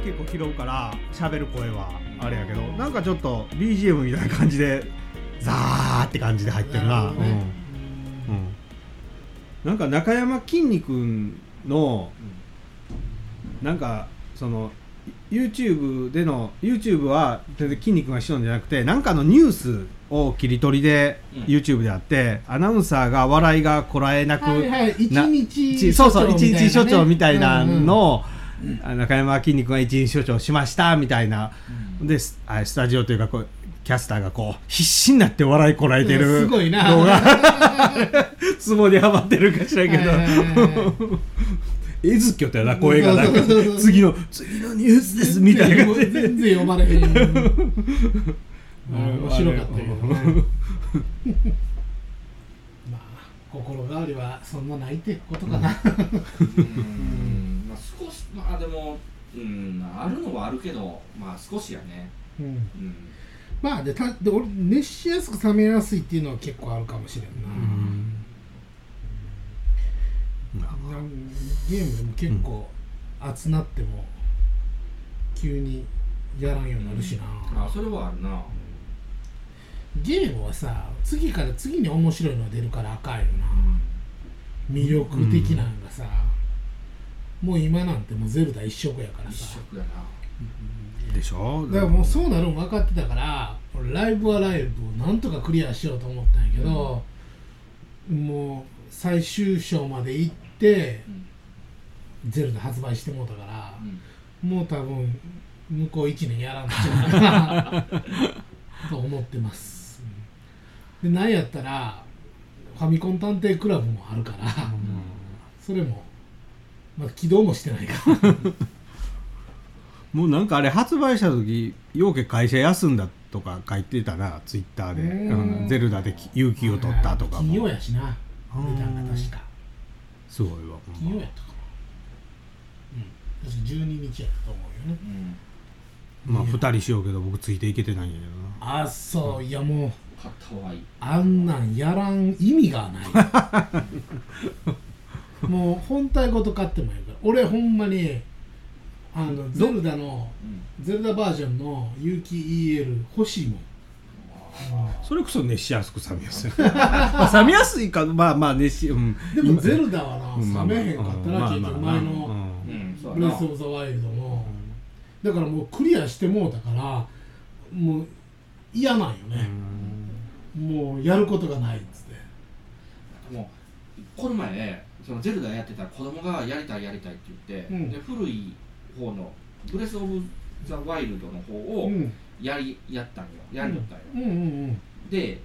結構拾うから喋る声はあれやけど、なんかちょっと BGM みたいな感じでザーって感じで入ってるな。なんか中山きんに君のなんかその YouTube での YouTube は全然きんに君がしとんじゃなくて、なんかのニュースを切り取りで YouTube であって、アナウンサーが笑いがこらえなく、 一日そうそう一日所長みたいなのを、中山きんに君が一日所長しましたみたいな、でスタジオというかこうキャスターがこう必死になって笑いこらえてる動画ツボにはまってるかしらんけど、えずっきょったよな声がなんか次のニュースですみたいな感じで全然読まれへんよ面白かったけどねまあ心変わりはそんなないってことかな。 まあ少しまあでもあるのはあるけど、まあ少しやね。 まあで俺熱しやすく冷めやすいっていうのは結構あるかもしれんな。ゲームでも結構熱なっても急にやらんようになるしな。 それはあるな。 ゲームはさ次から次に面白いのが出るから赤いよな、魅力的なんがさ、もう今なんてもうゼルダ一色やからさ。 一色やな。 でしょ。 だからもうそうなるの分かってたから、俺ライブはライブをなんとかクリアしようと思ったんやけど、もう最終章まで行って、ゼルダ発売してもうたから、もう多分向こう1年やらんのちゃうかなと思ってます。でなんやったらファミコン探偵クラブもあるから、それも、まあ、起動もしてないからもうなんかあれ発売した時ようけ会社休んだとか書いてたな、ツイッターで、ゼルダで有給を取ったとかも。 金曜やしな、値段が確かすごいわ。 金曜やったかな、確か12日やったと思うよね。 まあ2人しようけど僕ついていけてないんやけどな。 あ、そう、いやもう買った方がいい。 あんなんやらん意味がないもう本体ごと買ってもいいから。俺ほんまにゼルダの、ゼルダバージョンの有機 EL 欲しいもん。 それこそ熱しやすく冷めやすいまあ冷めやすいか、まあまあ熱し、 でもゼルダはな、冷めへんかったな、結局前のブレス・オブ・ザ・ワイルドも。だからもうクリアしてもうたからもう嫌なんよね。もうやることがないっつって。 もうこの前そのゼルダやってた子供がやりたいって言って、で古い方のブレス・オブ・ザ・ワイルドの方をやったんよ、やりとったんよ。で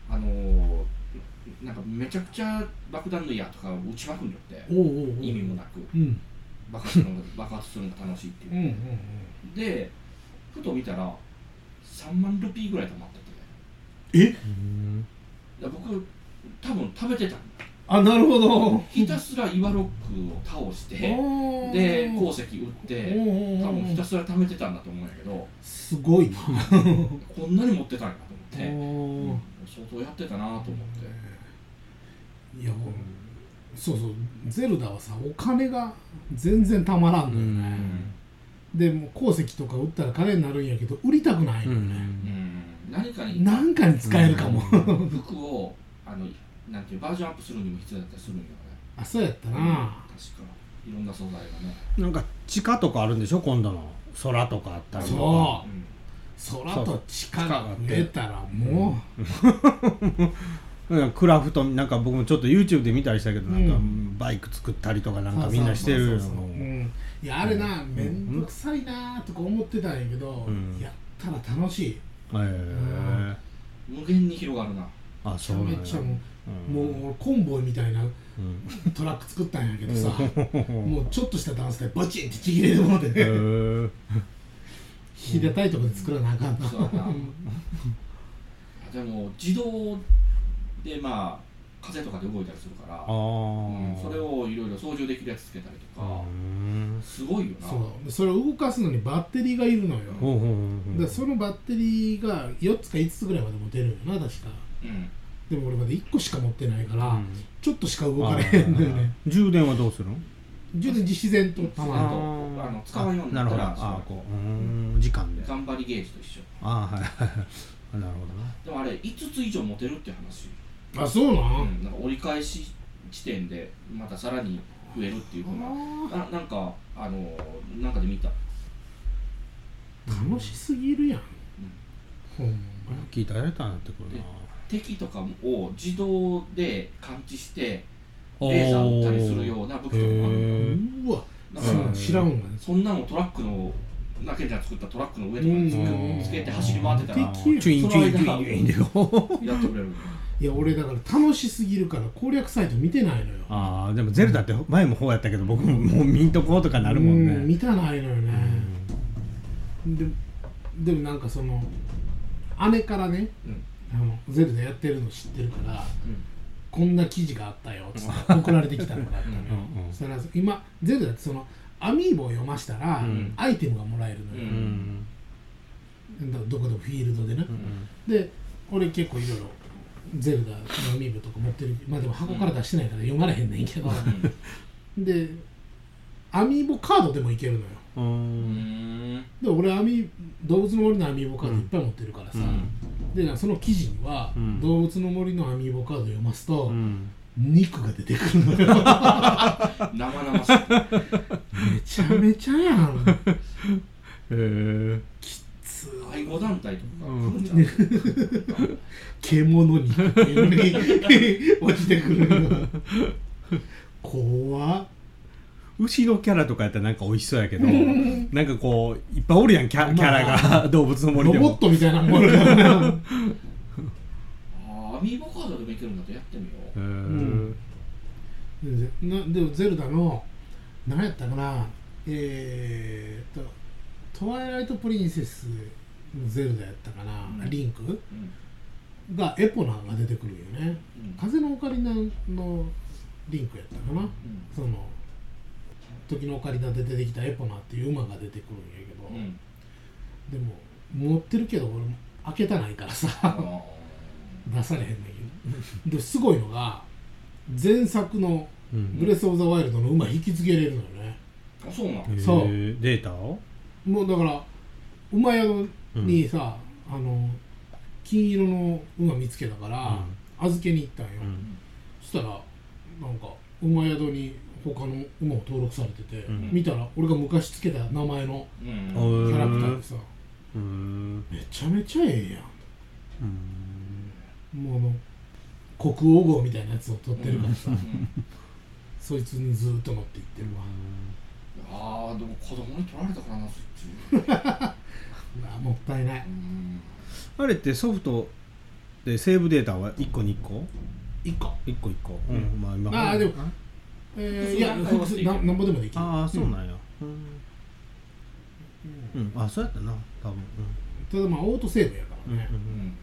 なんかめちゃくちゃ爆弾の矢とか撃ちまくんよって、意味もなく、爆発するのが楽しいっていう、でふと見たら3万ルピーぐらい溜まってて、僕多分食べてたんだ。 あ、なるほど。 ひたすら岩ロックを倒してで鉱石売って多分ひたすら貯めてたんだと思うんやけど、 すごいなこんなに持ってたんやと思って、相当やってたなと思って。 いやそうそう、ゼルダはさお金が全然たまらんのよね。でも鉱石とか売ったら金になるんやけど売りたくないのよね。何かに使えるかも。 服をなんていうバージョンアップするにも必要だったりするんよね。 あ、そうやったな。 確かいろんな素材がね。 なんか地下とかあるんでしょ、今度の空とかあったりとか。 そう、空と地下が増えたらもうクラフト、なんか僕もちょっと YouTube で見たりしたけど、なんかバイク作ったりとかなんかみんなしてるの。 いやあれな、めんどくさいなとか思ってたんやけど、やったら楽しい。 無限に広がるな。 あ、そうなんや。 めっちゃもうコンボイみたいなトラック作ったんやけどさ、もうちょっとしたダンスでバチンってちぎれるもので平たいところで作らなあかんな。 でも自動でまあ風とかで動いたりするから、それをいろいろ操縦できるやつつけたりとか、すごいよな。 それを動かすのにバッテリーがいるのよ。でそのバッテリーが4つか5つぐらいまで持てるよな、確か。でも俺まで1個しか持ってないから、ちょっとしか動かれへんのよね。 充電はどうするの？ 自然と使わんようになったら時間で頑張りゲージと一緒。 はいなるほどね。 でもあれ5つ以上持てるって話。 そうなん？ なんか折り返し地点でまたさらに増えるっていうふうな、なんかなんかで見た。 楽しすぎるやん。ほんま聞いたらやれたんだってこれな。 敵とかを自動で感知してレーザー撃ったりするような武器とかもある。 うわ、知らんわね。 そんなのトラックのなけんじゃ作ったトラックの上とかにつけて走り回ってたら、 チュインチュインチュインでやってくれる。 いや俺だから楽しすぎるから攻略サイト見てないのよ。 でもゼルダって前も方やったけど僕もう見んとこうとかなるもんね。 見たないのよね。でもなんかその姉からね、ゼルダやってるの知ってるから、こんな記事があったよって送られてきたのがあったのよ。それは今ゼルダってそのアミーボを読ましたら、アイテムがもらえるのよ。どこでもフィールドでね。で俺結構いろいろゼルダのアミーボとか持ってる。まあでも箱から出してないから読まれへんねんけどでアミーボカードでもいけるのよ。で俺動物の森のアミーボカードいっぱい持ってるからさ、でその記事には、動物の森のアミーボカード読ますと、肉が出てくるのよ生々しい。 めちゃめちゃやん。きつい。 愛護団体とか来るんじゃない？ 獣に落ちてくるの。怖っ。 牛のキャラとかやったらなんか美味しそうやけどなんかこういっぱいおるやんキャラが動物の森でもロボットみたいなものがアミーボカードでもいけるんだとやってみよう。でもゼルダの何やったかな、トワイライトプリンセスのゼルダやったかな、リンク、がエポナが出てくるよね。風のオカリナのリンクやったかな、その時のオカリナで出てきたエポナっていう馬が出てくるんやけど、でも持ってるけど俺も開けたないからさ出されへんねんけどですごいのが前作のブレス・オブ・ザ・ワイルドの馬引き継げれるのよね。 そうなの？ そうデータをもうだから馬宿にさ、金色の馬見つけたから、預けに行ったんよ。そしたらなんか馬宿に他の馬を登録されてて、見たら俺が昔つけた名前のキャラクターでさ、めちゃめちゃええやん。もう国王号みたいなやつを取ってるからさ、そいつにずっと乗っていってるわ。 でも子供に取られたからなそっち。 もったいない。 あれってソフトでセーブデータは1個2個 1個 1個1個。 でもいやなんぼでもできる。 そうなんや。そうやったな多分。 ただオートセーブやからね。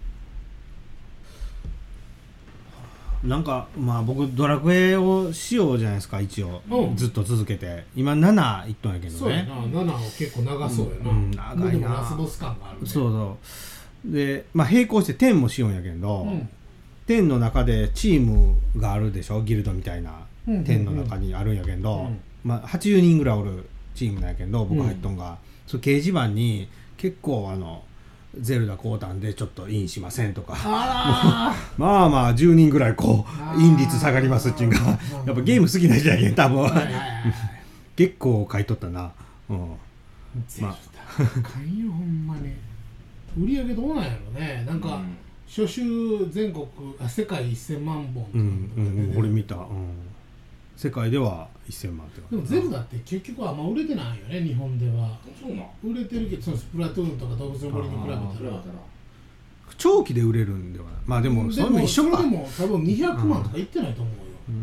なんか僕ドラクエをしようじゃないですか一応、ずっと続けて今7いっとんやけどね。 そうやな、7は結構長そうやな。長いな。ラスボス感があるね。 そうで並行して10もしようんやけど、10の中でチームがあるでしょ、ギルドみたいな。10の中にあるんやけど、80人ぐらいおるチームなんやけど僕入っとんが、その掲示板に結構ゼルダ降誕でちょっとインしませんとか10人ぐらいこうイン率下がりますっていうかやっぱゲーム好きな人やけん多分結構買い取ったな。 ゼルダ買いよほんまに。売り上げどうなんやろね。なんか初週全国世界1000万本とか俺見た。世界では1000万ってでもゼルダって結局あんま売れてないよね日本では。 そうなん売れてるけど、そのスプラトゥーンとか動物の森に比べたら長期で売れるんではでもそれも一緒か。 でも多分200万とかいってないと思うよ。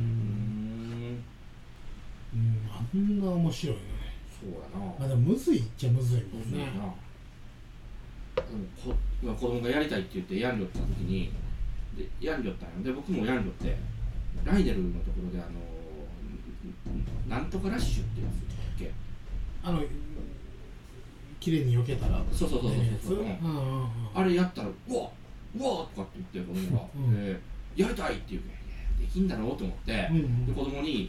あんな面白いね。 そうやな。 でもむずいっちゃむずいもんね。 でも子供がやりたいって言ってやんりょった時にやんりょったんよ。で僕もやんりょってライデルのところでなんとかラッシュってやつだっけ、 綺麗に避けたらそうあれやったらうわとかって言って子供が、やりたいって言うけどできんだろうと思って、で子供に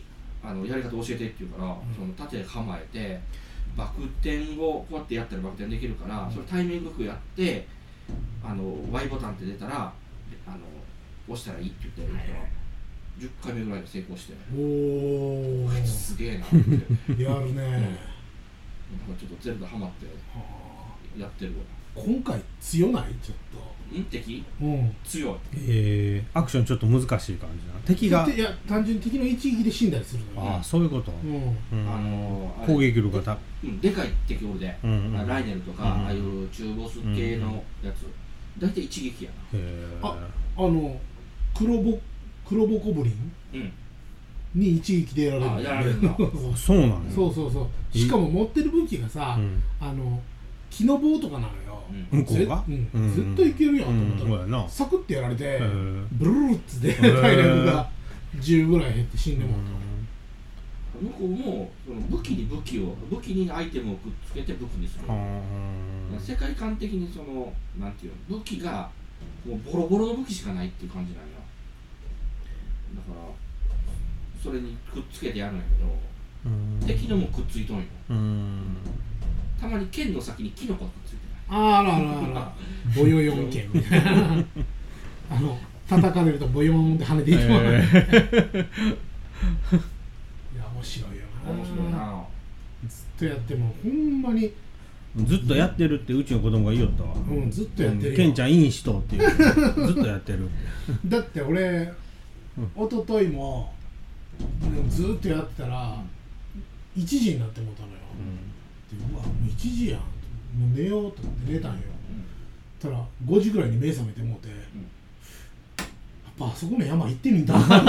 やり方教えてって言うから、その縦構えてバク転をこうやってやったらバク転できるから、それタイミングよくやってY ボタンって出たら押したらいいって言って10回目ぐらいで成功して、おーすげえなってやるね、なんかちょっとゼルダハマってやってるわ。 今回強ないちょっと敵、強い。アクションちょっと難しい感じな。敵がいや単純に敵の一撃で死んだりするのよ、 ああそういうこと、攻撃力がでかい敵おるで、ライネルとか、ああいう中ボス系のやつ、大体一撃やな。 黒ボコブリン、に一撃でやられる。 やられるな。 そうなんや。 そうしかも持ってる武器がさ、木の棒とかなのよ。 向こうがずっといけるやんと思ったらサクッてやられてブルルッツで体力が10ぐらい減って死んでもうた。向こうも武器にアイテムをくっつけて武器にする。世界観的になんていうの、武器がもうボロボロの武器しかないっていう感じなんや。だからそれにくっつけてやるんやけど、敵のもくっついとんよ。たまに剣の先にキノコがくっついてる。 あらボヨヨン剣みたいな叩かれるとボヨーンって跳ねていきますね。いや面白いよな。ずっとやってもほんまにずっとやってるってうちの子供が言いよったわ。 ずっとやってるよ。 ケンちゃんいい人っていうずっとやってる。 だって俺一昨日もずっとやってたら1時になって思ったのよ。うわもう1時やん、もう寝ようと思って寝たんよ。たら5時ぐらいに目覚めてもうて、やっぱあそこの山行ってみんだな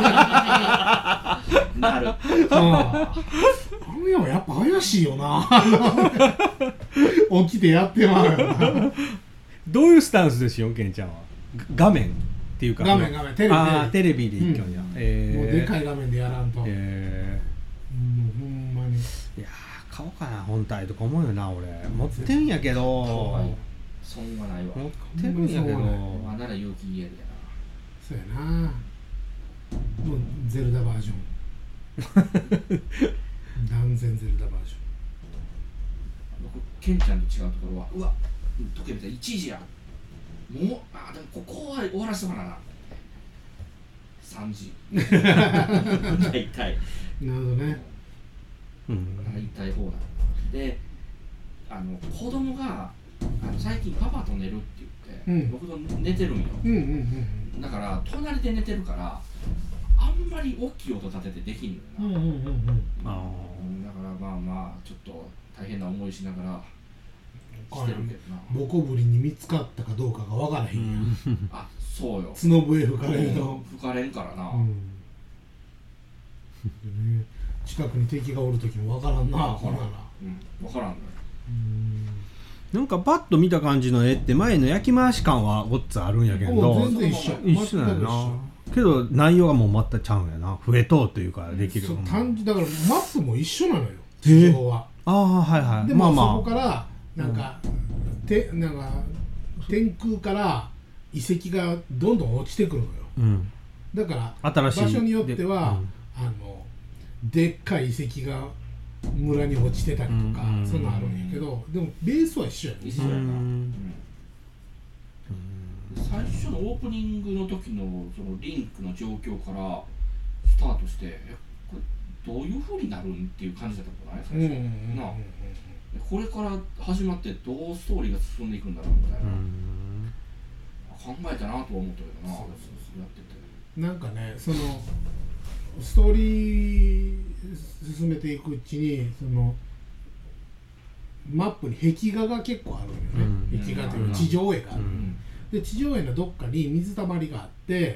る。あの山やっぱ怪しいよな起きてやってまうよな。 どういうスタンスでしようケンちゃんは。画面っていうか画面テレビで一挙に、 もうでかい画面でやらんと、もうほんまにいや買おうかな本体とか思うよな。俺持ってんやけど損はないわ。 持ってるんやけどまあなら勇気言えるやな。 そうやな。もうゼルダバージョン断然ゼルダバージョン。 僕ケンちゃんと違うところは、うわ時計見たら1時や、もうでもここは終わらせてもらうな3時大体なるほどね。 大体方なんで、子供が最近パパと寝るって言って、僕と寝てるんよ。だから隣で寝てるからあんまり大きい音立ててできんのよな。だからまあちょっと大変な思いしながらしてるけどな。 ボコブリに見つかったかどうかが分からへんやんあ、そうよ。 角笛吹かれると吹かれんからな。 近くに敵がおるときも分からんな。 分からんのよ。 なんかパッと見た感じの絵って前の焼き回し感はごっつあるんやけど全然一緒なんやな。けど内容がもう全くちゃうんやな。増えとうというかできる。 単純だからマップも一緒なのよ。地上は。 はいはい。 でもそこからなんか天空から遺跡がどんどん落ちてくるのよ。だから場所によってはでっかい遺跡が村に落ちてたりとか、そんなのあるんやけど、でもベースは一緒やね。 一緒やな。最初のオープニングの時のそのリンクの状況からスタートして、これどういう風になるんっていう感じだったことない最初な。これから始まってどうストーリーが進んでいくんだろうみたいな考えたなとは思ったけどな。やっててなんかね、そのストーリー進めていくうちにそのマップに壁画が結構あるんよね。壁画というか地上絵がある。で地上絵のどっかに水たまりがあって、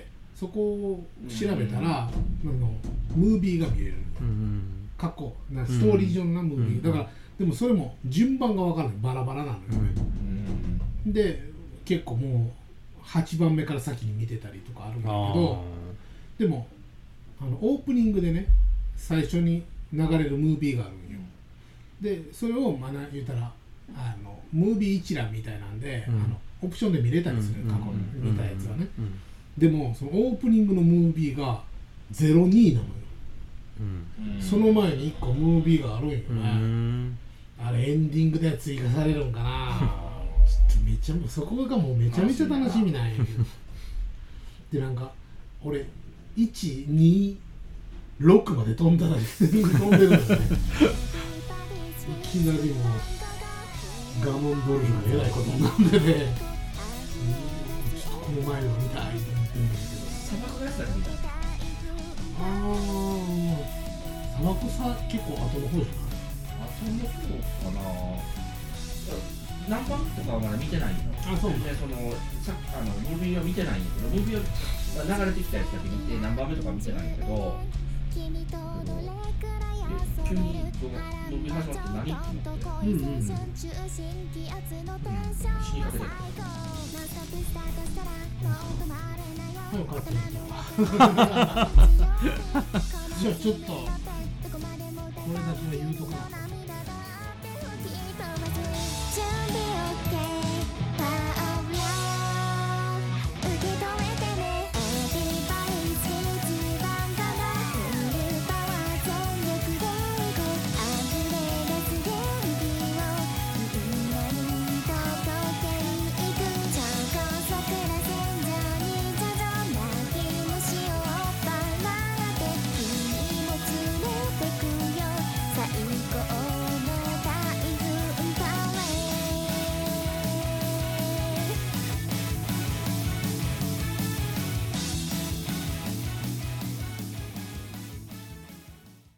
そこを調べたらムービーが見れる。過去ストーリー上のムービーだから。でもそれも順番が分からない。バラバラなのよね。で結構もう8番目から先に見てたりとかあるんだけど、でもオープニングでね最初に流れるムービーがあるんよ。でそれを言うたらムービー一覧みたいなんで、オプションで見れたりする。過去に見たやつはね。でもそのオープニングのムービーが02なのよ。 その前に1個ムービーがあるんよね。あれエンディングで追加されるんかなちょっとめちゃそこがもうめちゃめちゃ楽しみなんやけどでなんか俺126まで飛んだら飛んでるんですねいきなりもうガモンドルフがえらいことになってて、ちょっとこの前の見たいって思ってるんだけど砂漠のやつだけ見た砂漠さ結構後の方じゃない？後の方かな。何番とかはまだ見てないの。 そうね。 ムービーは見てないんだけど、ムービーは流れてきたやつだけ見て何番目とか見てないんだけど、急にムービー始まって何って思って、死にかけてた。 早く買ってみてじゃあちょっとこれだけは言うとかな。